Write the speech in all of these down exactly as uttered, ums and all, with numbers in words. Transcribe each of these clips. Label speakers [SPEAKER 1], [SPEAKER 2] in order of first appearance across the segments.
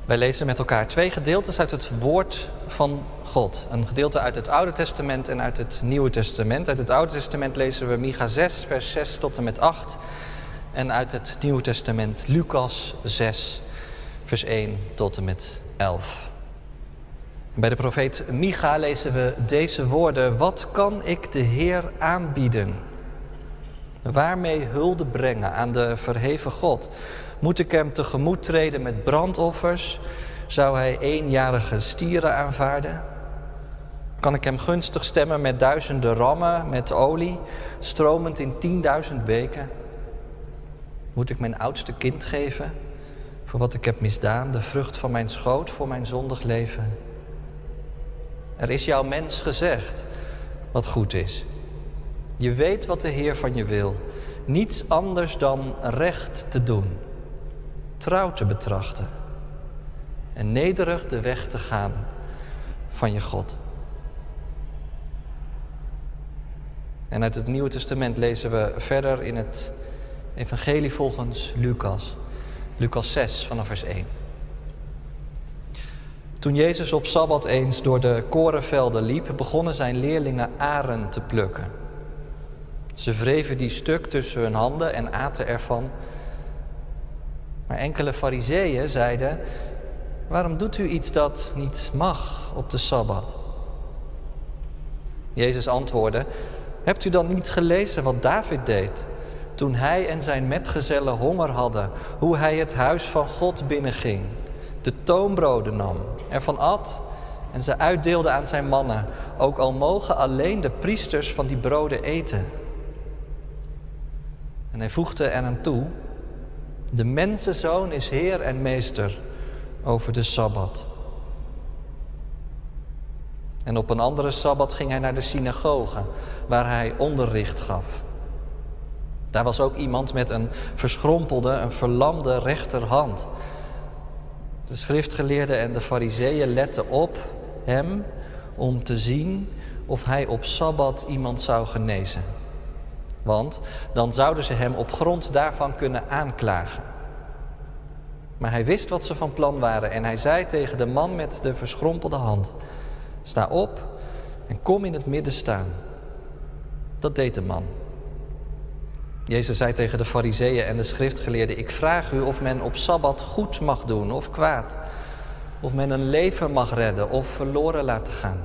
[SPEAKER 1] Wij lezen met elkaar twee gedeeltes uit het woord van God. Een gedeelte uit het Oude Testament en uit het Nieuwe Testament. Uit het Oude Testament lezen we Micha zes, vers zes tot en met acht. En uit het Nieuwe Testament Lucas zes, vers één tot en met elf. Bij de profeet Micha lezen we deze woorden. Wat kan ik de Heer aanbieden? Waarmee hulde brengen aan de verheven God? Moet ik hem tegemoet treden met brandoffers? Zou hij eenjarige stieren aanvaarden? Kan ik hem gunstig stemmen met duizenden rammen, met olie, stromend in tienduizend beken? Moet ik mijn oudste kind geven, voor wat ik heb misdaan, de vrucht van mijn schoot, voor mijn zondig leven? Er is jouw mens gezegd wat goed is. Je weet wat de Heer van je wil. Niets anders dan recht te doen, trouw te betrachten en nederig de weg te gaan van je God. En uit het Nieuwe Testament lezen we verder in het evangelie volgens Lucas. Lucas zes vanaf vers één. Toen Jezus op Sabbat eens door de korenvelden liep, begonnen zijn leerlingen aren te plukken. Ze wreven die stuk tussen hun handen en aten ervan. Maar enkele fariseeën zeiden: waarom doet u iets dat niet mag op de Sabbat? Jezus antwoordde: hebt u dan niet gelezen wat David deed toen hij en zijn metgezellen honger hadden, hoe hij het huis van God binnenging, de toonbroden nam, ervan at en ze uitdeelde aan zijn mannen, ook al mogen alleen de priesters van die broden eten. En hij voegde eraan toe: de mensenzoon is Heer en Meester over de Sabbat. En op een andere Sabbat ging hij naar de synagoge, waar hij onderricht gaf. Daar was ook iemand met een verschrompelde, een verlamde rechterhand. De schriftgeleerden en de fariseeën letten op hem om te zien of hij op Sabbat iemand zou genezen. Want dan zouden ze hem op grond daarvan kunnen aanklagen. Maar hij wist wat ze van plan waren en hij zei tegen de man met de verschrompelde hand: sta op en kom in het midden staan. Dat deed de man. Jezus zei tegen de fariseeën en de schriftgeleerden: ik vraag u of men op Sabbat goed mag doen of kwaad. Of men een leven mag redden of verloren laten gaan.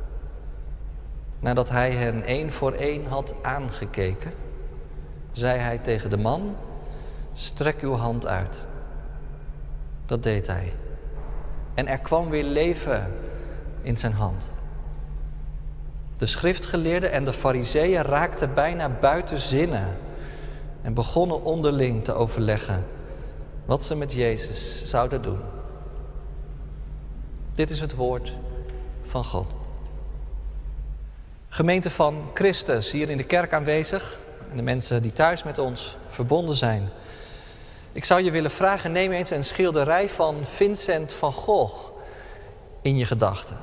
[SPEAKER 1] Nadat hij hen één voor één had aangekeken, zei hij tegen de man: strek uw hand uit. Dat deed hij. En er kwam weer leven in zijn hand. De schriftgeleerden en de fariseeën raakten bijna buiten zinnen en begonnen onderling te overleggen wat ze met Jezus zouden doen. Dit is het woord van God. Gemeente van Christus, hier in de kerk aanwezig en de mensen die thuis met ons verbonden zijn. Ik zou je willen vragen, neem eens een schilderij van Vincent van Gogh in je gedachten.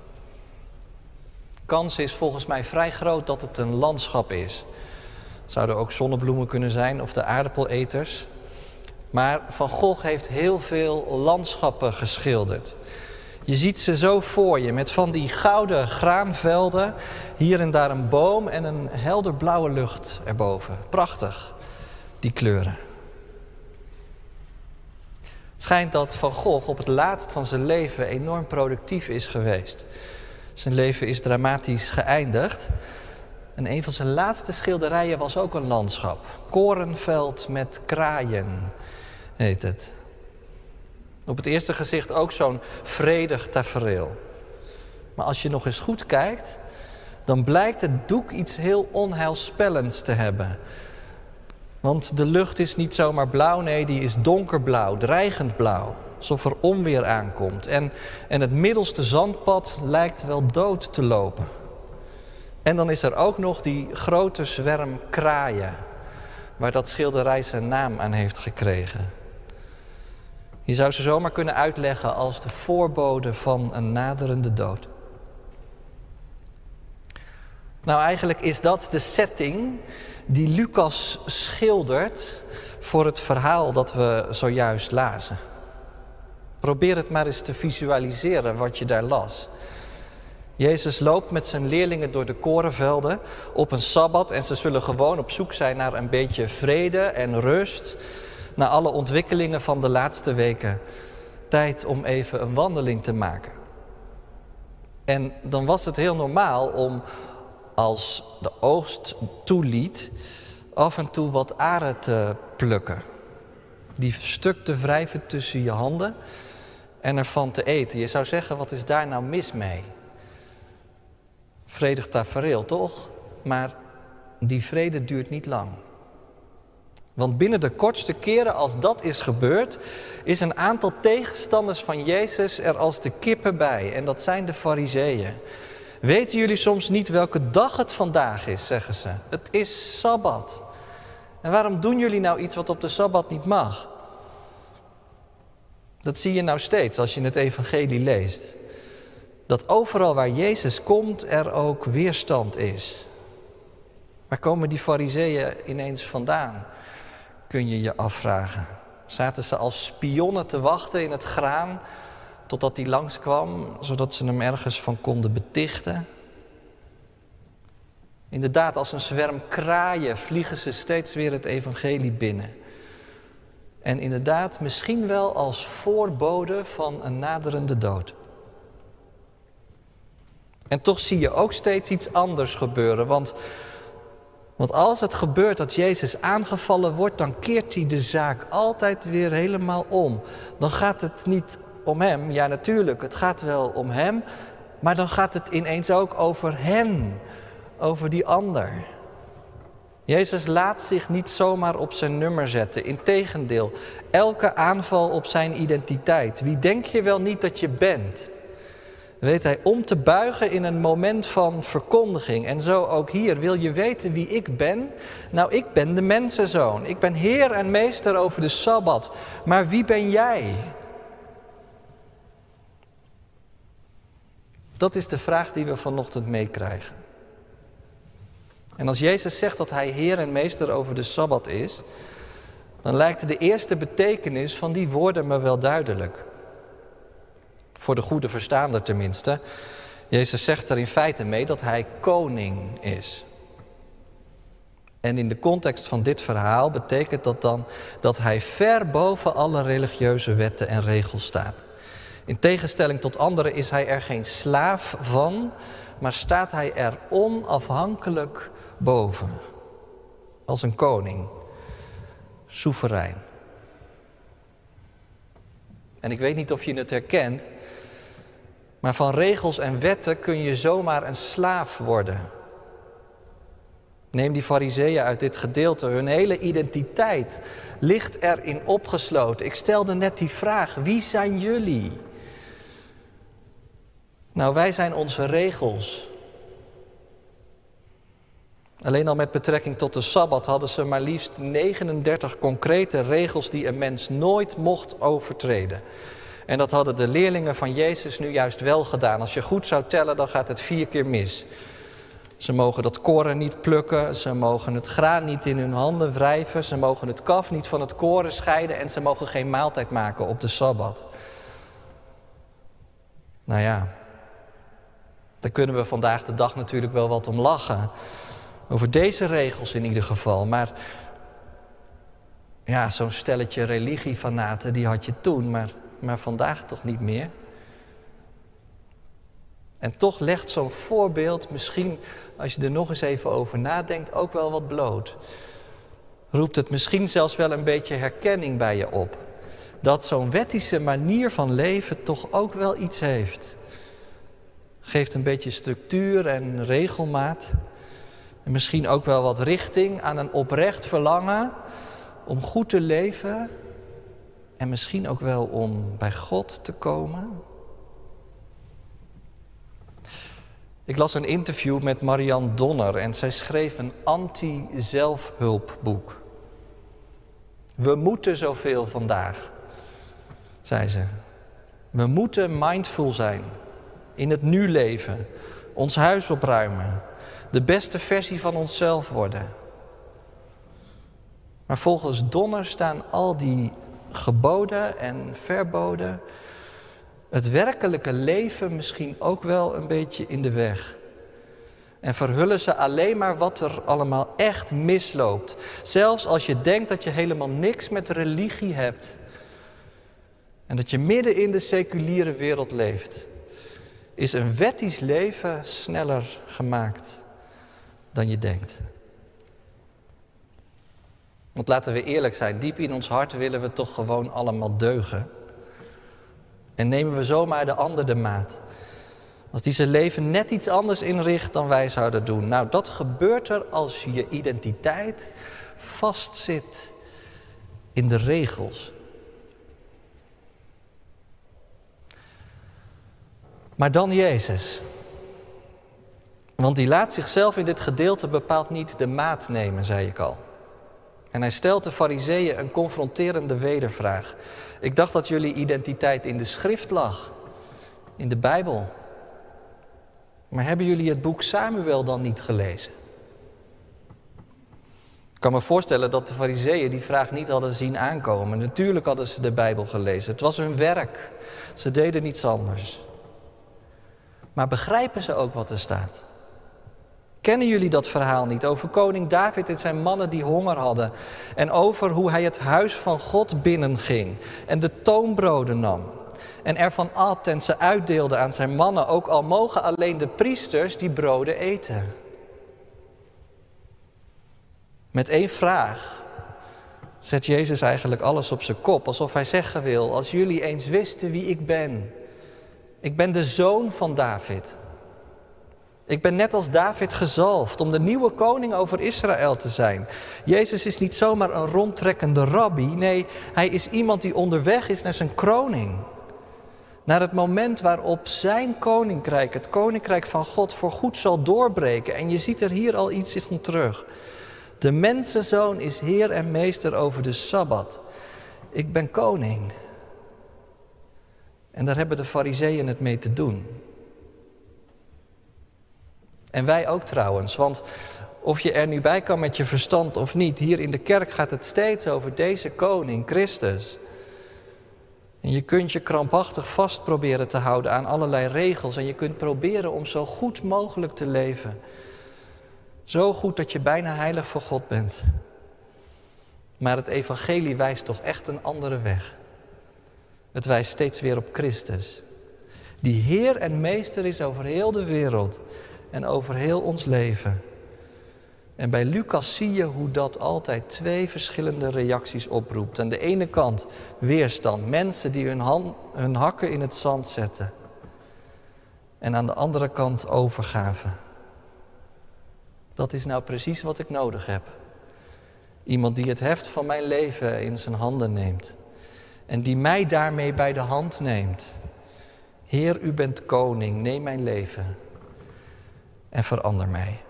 [SPEAKER 1] De kans is volgens mij vrij groot dat het een landschap is. Het zouden ook zonnebloemen kunnen zijn of de aardappeleters. Maar Van Gogh heeft heel veel landschappen geschilderd. Je ziet ze zo voor je, met van die gouden graanvelden, hier en daar een boom en een helder blauwe lucht erboven. Prachtig, die kleuren. Het schijnt dat Van Gogh op het laatst van zijn leven enorm productief is geweest. Zijn leven is dramatisch geëindigd. En een van zijn laatste schilderijen was ook een landschap. Korenveld met kraaien, heet het. Op het eerste gezicht ook zo'n vredig tafereel. Maar als je nog eens goed kijkt, dan blijkt het doek iets heel onheilspellends te hebben. Want de lucht is niet zomaar blauw, nee, die is donkerblauw, dreigend blauw. Alsof er onweer aankomt. En, en het middelste zandpad lijkt wel dood te lopen. En dan is er ook nog die grote zwerm kraaien, waar dat schilderij zijn naam aan heeft gekregen. Je zou ze zomaar kunnen uitleggen als de voorbode van een naderende dood. Nou, eigenlijk is dat de setting die Lucas schildert voor het verhaal dat we zojuist lazen. Probeer het maar eens te visualiseren wat je daar las. Jezus loopt met zijn leerlingen door de korenvelden op een sabbat en ze zullen gewoon op zoek zijn naar een beetje vrede en rust. Na alle ontwikkelingen van de laatste weken. Tijd om even een wandeling te maken. En dan was het heel normaal om, als de oogst toeliet, af en toe wat aren te plukken. Die stuk te wrijven tussen je handen en ervan te eten. Je zou zeggen, wat is daar nou mis mee? Vredig tafereel, toch? Maar die vrede duurt niet lang. Want binnen de kortste keren als dat is gebeurd, is een aantal tegenstanders van Jezus er als de kippen bij. En dat zijn de Farizeeën. Weten jullie soms niet welke dag het vandaag is, zeggen ze. Het is Sabbat. En waarom doen jullie nou iets wat op de Sabbat niet mag? Dat zie je nou steeds als je het evangelie leest. Dat overal waar Jezus komt er ook weerstand is. Waar komen die Farizeeën ineens vandaan? Kun je je afvragen. Zaten ze als spionnen te wachten in het graan totdat hij langskwam, zodat ze hem ergens van konden betichten? Inderdaad, als een zwerm kraaien vliegen ze steeds weer het evangelie binnen. En inderdaad, misschien wel als voorbode van een naderende dood. En toch zie je ook steeds iets anders gebeuren, want... Want als het gebeurt dat Jezus aangevallen wordt, dan keert hij de zaak altijd weer helemaal om. Dan gaat het niet om hem, ja natuurlijk, het gaat wel om hem, maar dan gaat het ineens ook over hen, over die ander. Jezus laat zich niet zomaar op zijn nummer zetten, integendeel, elke aanval op zijn identiteit. Wie denk je wel niet dat je bent? Weet hij om te buigen in een moment van verkondiging. En zo ook hier. Wil je weten wie ik ben? Nou, ik ben de mensenzoon. Ik ben Heer en Meester over de Sabbat. Maar wie ben jij? Dat is de vraag die we vanochtend meekrijgen. En als Jezus zegt dat hij Heer en Meester over de Sabbat is, dan lijkt de eerste betekenis van die woorden me wel duidelijk. Voor de goede verstaander tenminste. Jezus zegt er in feite mee dat hij koning is. En in de context van dit verhaal betekent dat dan dat hij ver boven alle religieuze wetten en regels staat. In tegenstelling tot anderen is hij er geen slaaf van, maar staat hij er onafhankelijk boven. Als een koning. Soeverein. En ik weet niet of je het herkent, maar van regels en wetten kun je zomaar een slaaf worden. Neem die Farizeeën uit dit gedeelte. Hun hele identiteit ligt erin opgesloten. Ik stelde net die vraag, wie zijn jullie? Nou, wij zijn onze regels. Alleen al met betrekking tot de Sabbat hadden ze maar liefst negenendertig concrete regels die een mens nooit mocht overtreden. En dat hadden de leerlingen van Jezus nu juist wel gedaan. Als je goed zou tellen, dan gaat het vier keer mis. Ze mogen dat koren niet plukken, ze mogen het graan niet in hun handen wrijven, ze mogen het kaf niet van het koren scheiden en ze mogen geen maaltijd maken op de Sabbat. Nou ja, daar kunnen we vandaag de dag natuurlijk wel wat om lachen. Over deze regels in ieder geval, maar ja, zo'n stelletje religiefanaten, die had je toen, maar, maar vandaag toch niet meer. En toch legt zo'n voorbeeld misschien, als je er nog eens even over nadenkt, ook wel wat bloot. Roept het misschien zelfs wel een beetje herkenning bij je op. Dat zo'n wettische manier van leven toch ook wel iets heeft. Geeft een beetje structuur en regelmaat. En misschien ook wel wat richting aan een oprecht verlangen om goed te leven. En misschien ook wel om bij God te komen. Ik las een interview met Marianne Donner en zij schreef een anti-zelfhulpboek. We moeten zoveel vandaag, zei ze. We moeten mindful zijn, in het nu leven, ons huis opruimen, de beste versie van onszelf worden. Maar volgens Donner staan al die geboden en verboden het werkelijke leven misschien ook wel een beetje in de weg. En verhullen ze alleen maar wat er allemaal echt misloopt. Zelfs als je denkt dat je helemaal niks met religie hebt. En dat je midden in de seculiere wereld leeft. Is een wettisch leven sneller gemaakt dan je denkt. Want laten we eerlijk zijn, diep in ons hart willen we toch gewoon allemaal deugen. En nemen we zomaar de ander de maat. Als die zijn leven net iets anders inricht dan wij zouden doen. Nou, dat gebeurt er als je identiteit vastzit in de regels. Maar dan Jezus. Want die laat zichzelf in dit gedeelte bepaald niet de maat nemen, zei ik al. En hij stelt de Farizeeën een confronterende wedervraag. Ik dacht dat jullie identiteit in de schrift lag, in de Bijbel. Maar hebben jullie het boek Samuel dan niet gelezen? Ik kan me voorstellen dat de Farizeeën die vraag niet hadden zien aankomen. Natuurlijk hadden ze de Bijbel gelezen. Het was hun werk. Ze deden niets anders. Maar begrijpen ze ook wat er staat? Kennen jullie dat verhaal niet over koning David en zijn mannen die honger hadden? En over hoe hij het huis van God binnenging en de toonbroden nam. En ervan at en ze uitdeelde aan zijn mannen, ook al mogen alleen de priesters die broden eten. Met één vraag zet Jezus eigenlijk alles op zijn kop, alsof hij zeggen wil, als jullie eens wisten wie ik ben. Ik ben de zoon van David. Ik ben net als David gezalfd om de nieuwe koning over Israël te zijn. Jezus is niet zomaar een rondtrekkende rabbi, nee, hij is iemand die onderweg is naar zijn kroning. Naar het moment waarop zijn koninkrijk, het koninkrijk van God, voorgoed zal doorbreken. En je ziet er hier al iets in terug. De mensenzoon is heer en meester over de Sabbat. Ik ben koning. En daar hebben de Farizeeën het mee te doen. En wij ook trouwens, want of je er nu bij kan met je verstand of niet, hier in de kerk gaat het steeds over deze koning, Christus. En je kunt je krampachtig vast proberen te houden aan allerlei regels en je kunt proberen om zo goed mogelijk te leven. Zo goed dat je bijna heilig voor God bent. Maar het evangelie wijst toch echt een andere weg. Het wijst steeds weer op Christus, die Heer en Meester is over heel de wereld en over heel ons leven. En bij Lucas zie je hoe dat altijd twee verschillende reacties oproept. Aan de ene kant weerstand, mensen die hun, hand, hun hakken in het zand zetten. En aan de andere kant overgave. Dat is nou precies wat ik nodig heb. Iemand die het heft van mijn leven in zijn handen neemt. En die mij daarmee bij de hand neemt. Heer, u bent koning, neem mijn leven en verander mij.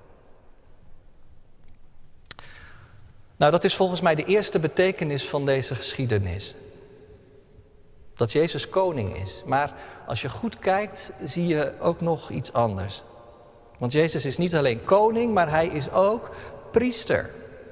[SPEAKER 1] Nou, dat is volgens mij de eerste betekenis van deze geschiedenis. Dat Jezus koning is. Maar als je goed kijkt, zie je ook nog iets anders. Want Jezus is niet alleen koning, maar hij is ook priester.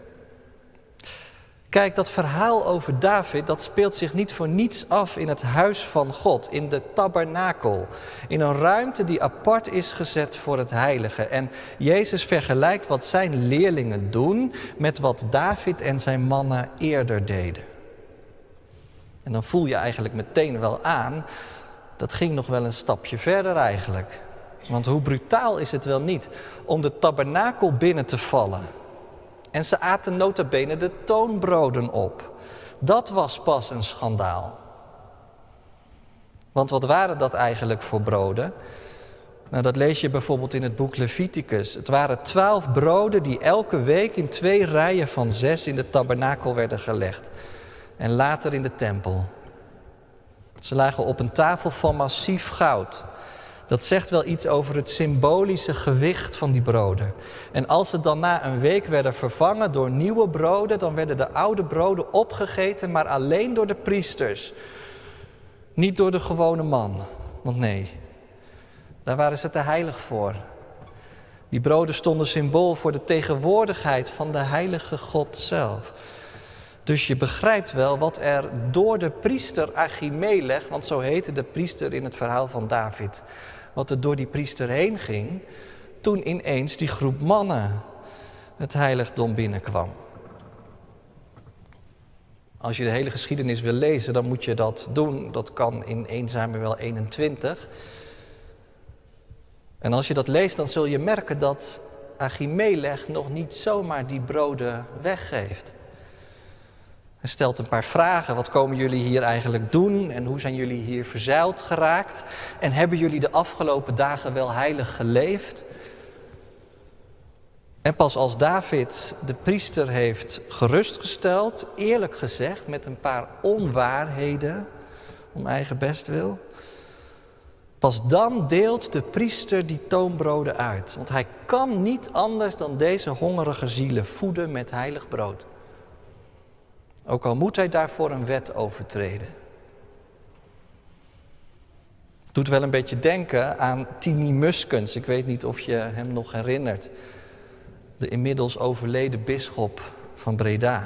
[SPEAKER 1] Kijk, dat verhaal over David, dat speelt zich niet voor niets af in het huis van God, in de tabernakel. In een ruimte die apart is gezet voor het heilige. En Jezus vergelijkt wat zijn leerlingen doen met wat David en zijn mannen eerder deden. En dan voel je eigenlijk meteen wel aan, dat ging nog wel een stapje verder eigenlijk. Want hoe brutaal is het wel niet om de tabernakel binnen te vallen. En ze aten nota bene de toonbroden op. Dat was pas een schandaal. Want wat waren dat eigenlijk voor broden? Nou, dat lees je bijvoorbeeld in het boek Leviticus. Het waren twaalf broden die elke week in twee rijen van zes in de tabernakel werden gelegd. En later in de tempel. Ze lagen op een tafel van massief goud. Dat zegt wel iets over het symbolische gewicht van die broden. En als ze dan na een week werden vervangen door nieuwe broden, dan werden de oude broden opgegeten, maar alleen door de priesters. Niet door de gewone man. Want nee, daar waren ze te heilig voor. Die broden stonden symbool voor de tegenwoordigheid van de heilige God zelf. Dus je begrijpt wel wat er door de priester Achimelech, want zo heette de priester in het verhaal van David, wat er door die priester heen ging, toen ineens die groep mannen het heiligdom binnenkwam. Als je de hele geschiedenis wil lezen, dan moet je dat doen. Dat kan in Eerste Samuël eenentwintig. En als je dat leest, dan zul je merken dat Achimelech nog niet zomaar die broden weggeeft. Hij stelt een paar vragen. Wat komen jullie hier eigenlijk doen? En hoe zijn jullie hier verzeild geraakt? En hebben jullie de afgelopen dagen wel heilig geleefd? En pas als David de priester heeft gerustgesteld, eerlijk gezegd met een paar onwaarheden, om eigen bestwil, pas dan deelt de priester die toonbroden uit. Want hij kan niet anders dan deze hongerige zielen voeden met heilig brood. Ook al moet hij daarvoor een wet overtreden. Het doet wel een beetje denken aan Tini Muskens. Ik weet niet of je hem nog herinnert. De inmiddels overleden bisschop van Breda.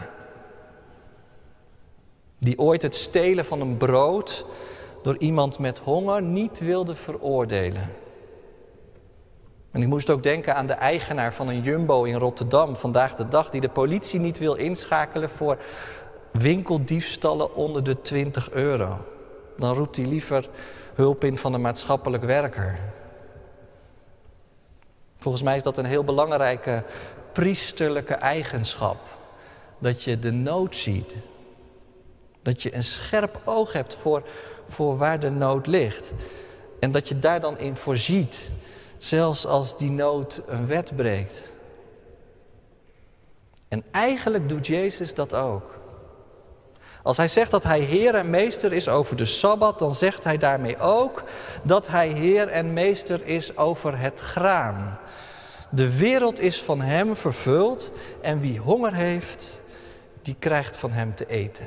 [SPEAKER 1] Die ooit het stelen van een brood door iemand met honger niet wilde veroordelen. En ik moest ook denken aan de eigenaar van een Jumbo in Rotterdam vandaag de dag, die de politie niet wil inschakelen voor winkeldiefstallen onder de twintig euro. Dan roept hij liever hulp in van een maatschappelijk werker. Volgens mij is dat een heel belangrijke priesterlijke eigenschap. Dat je de nood ziet. Dat je een scherp oog hebt voor, voor waar de nood ligt. En dat je daar dan in voorziet. Zelfs als die nood een wet breekt. En eigenlijk doet Jezus dat ook. Als hij zegt dat hij Heer en Meester is over de Sabbat, dan zegt hij daarmee ook dat hij Heer en Meester is over het graan. De wereld is van hem vervuld en wie honger heeft, die krijgt van hem te eten.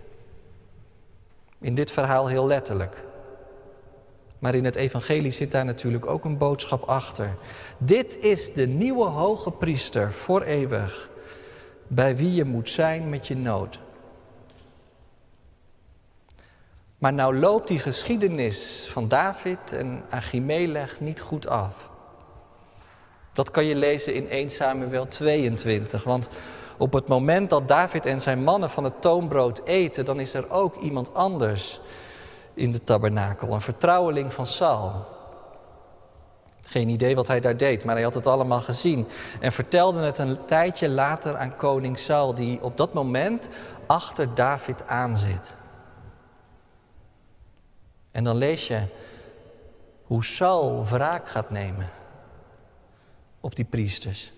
[SPEAKER 1] In dit verhaal heel letterlijk. Maar in het evangelie zit daar natuurlijk ook een boodschap achter. Dit is de nieuwe hoge priester voor eeuwig, bij wie je moet zijn met je nood. Maar nou loopt die geschiedenis van David en Achimelech niet goed af. Dat kan je lezen in Eerste Samuël tweeëntwintig. Want op het moment dat David en zijn mannen van het toonbrood eten, dan is er ook iemand anders in de tabernakel. Een vertrouweling van Saul. Geen idee wat hij daar deed, maar hij had het allemaal gezien. En vertelde het een tijdje later aan koning Saul, die op dat moment achter David aanzit. En dan lees je hoe Saul wraak gaat nemen op die priesters.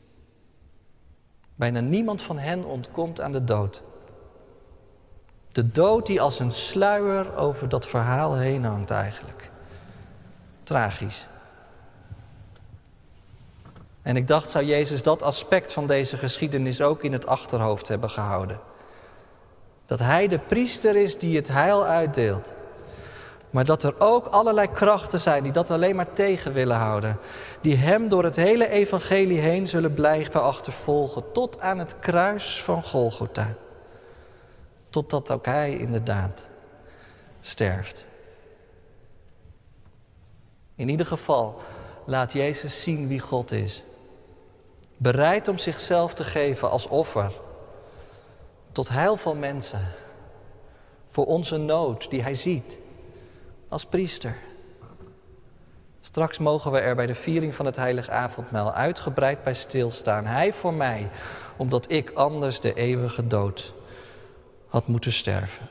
[SPEAKER 1] Bijna niemand van hen ontkomt aan de dood. De dood die als een sluier over dat verhaal heen hangt eigenlijk. Tragisch. En ik dacht, zou Jezus dat aspect van deze geschiedenis ook in het achterhoofd hebben gehouden? Dat hij de priester is die het heil uitdeelt. Maar dat er ook allerlei krachten zijn die dat alleen maar tegen willen houden. Die hem door het hele evangelie heen zullen blijven achtervolgen. Tot aan het kruis van Golgotha. Totdat ook hij inderdaad sterft. In ieder geval laat Jezus zien wie God is. Bereid om zichzelf te geven als offer. Tot heil van mensen. Voor onze nood die hij ziet. Als priester. Straks mogen we er bij de viering van het heilige avondmaal uitgebreid bij stilstaan. Hij voor mij, omdat ik anders de eeuwige dood had moeten sterven.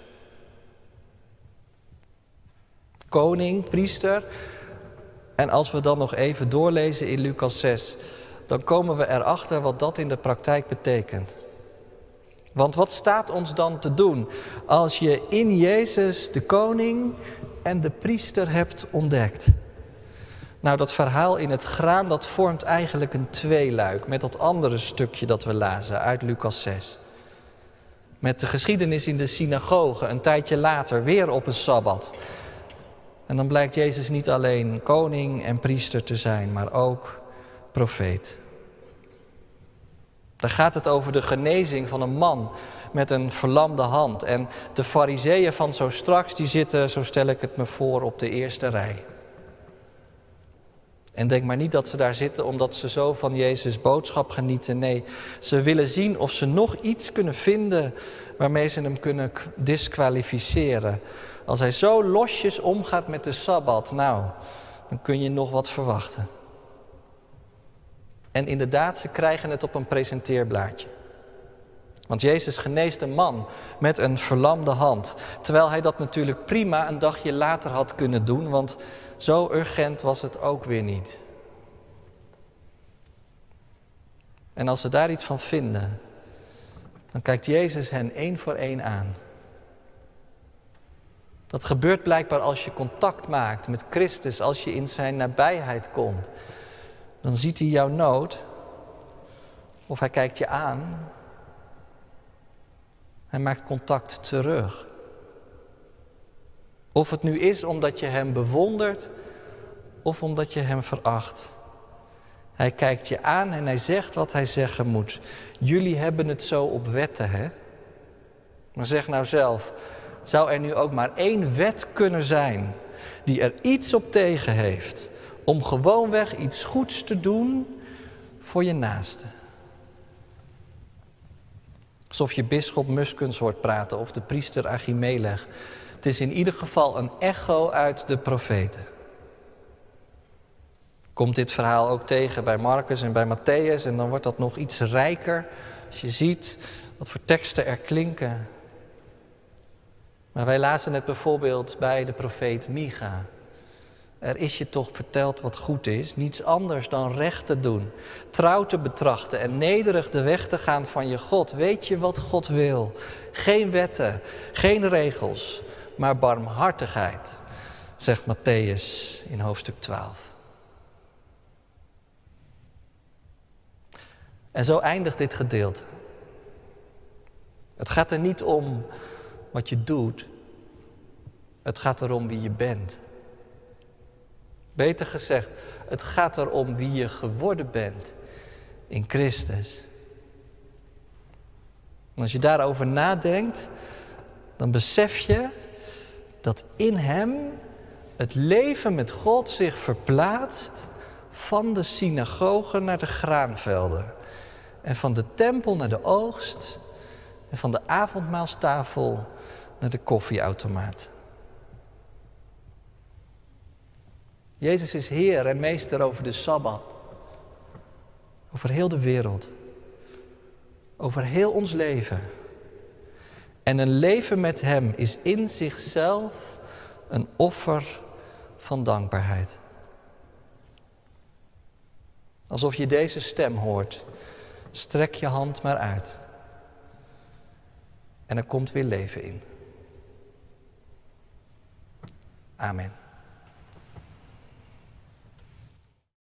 [SPEAKER 1] Koning, priester. En als we dan nog even doorlezen in Lucas zes, dan komen we erachter wat dat in de praktijk betekent. Want wat staat ons dan te doen als je in Jezus de koning en de priester hebt ontdekt? Nou, dat verhaal in het graan, dat vormt eigenlijk een tweeluik met dat andere stukje dat we lazen uit Lucas zes. Met de geschiedenis in de synagoge, een tijdje later, weer op een Sabbat. En dan blijkt Jezus niet alleen koning en priester te zijn, maar ook profeet. Daar gaat het over de genezing van een man met een verlamde hand. En de fariseeën van zo straks, die zitten, zo stel ik het me voor, op de eerste rij. En denk maar niet dat ze daar zitten omdat ze zo van Jezus' boodschap genieten. Nee, ze willen zien of ze nog iets kunnen vinden waarmee ze hem kunnen disqualificeren. Als hij zo losjes omgaat met de Sabbat, nou, dan kun je nog wat verwachten. En inderdaad, ze krijgen het op een presenteerblaadje. Want Jezus geneest een man met een verlamde hand. Terwijl hij dat natuurlijk prima een dagje later had kunnen doen, want zo urgent was het ook weer niet. En als ze daar iets van vinden, dan kijkt Jezus hen één voor één aan. Dat gebeurt blijkbaar als je contact maakt met Christus, als je in zijn nabijheid komt. Dan ziet hij jouw nood, of hij kijkt je aan. Hij maakt contact terug. Of het nu is omdat je hem bewondert, of omdat je hem veracht. Hij kijkt je aan en hij zegt wat hij zeggen moet. Jullie hebben het zo op wetten, hè? Maar zeg nou zelf, zou er nu ook maar één wet kunnen zijn die er iets op tegen heeft om gewoonweg iets goeds te doen voor je naaste? Alsof je bisschop Muskens hoort praten of de priester Achimelech. Het is in ieder geval een echo uit de profeten. Komt dit verhaal ook tegen bij Marcus en bij Matthäus en dan wordt dat nog iets rijker als je ziet wat voor teksten er klinken. Maar wij lazen het bijvoorbeeld bij de profeet Micha. Er is je toch verteld wat goed is, niets anders dan recht te doen, trouw te betrachten en nederig de weg te gaan van je God. Weet je wat God wil? Geen wetten, geen regels, maar barmhartigheid, zegt Matthäus in hoofdstuk twaalf. En zo eindigt dit gedeelte. Het gaat er niet om wat je doet, het gaat erom wie je bent. Beter gezegd, het gaat erom wie je geworden bent in Christus. En als je daarover nadenkt, dan besef je dat in hem het leven met God zich verplaatst van de synagoge naar de graanvelden. En van de tempel naar de oogst. En van de avondmaalstafel naar de koffieautomaat. Jezus is Heer en Meester over de Sabbat. Over heel de wereld. Over heel ons leven. En een leven met Hem is in zichzelf een offer van dankbaarheid. Alsof je deze stem hoort. Strek je hand maar uit. En er komt weer leven in. Amen.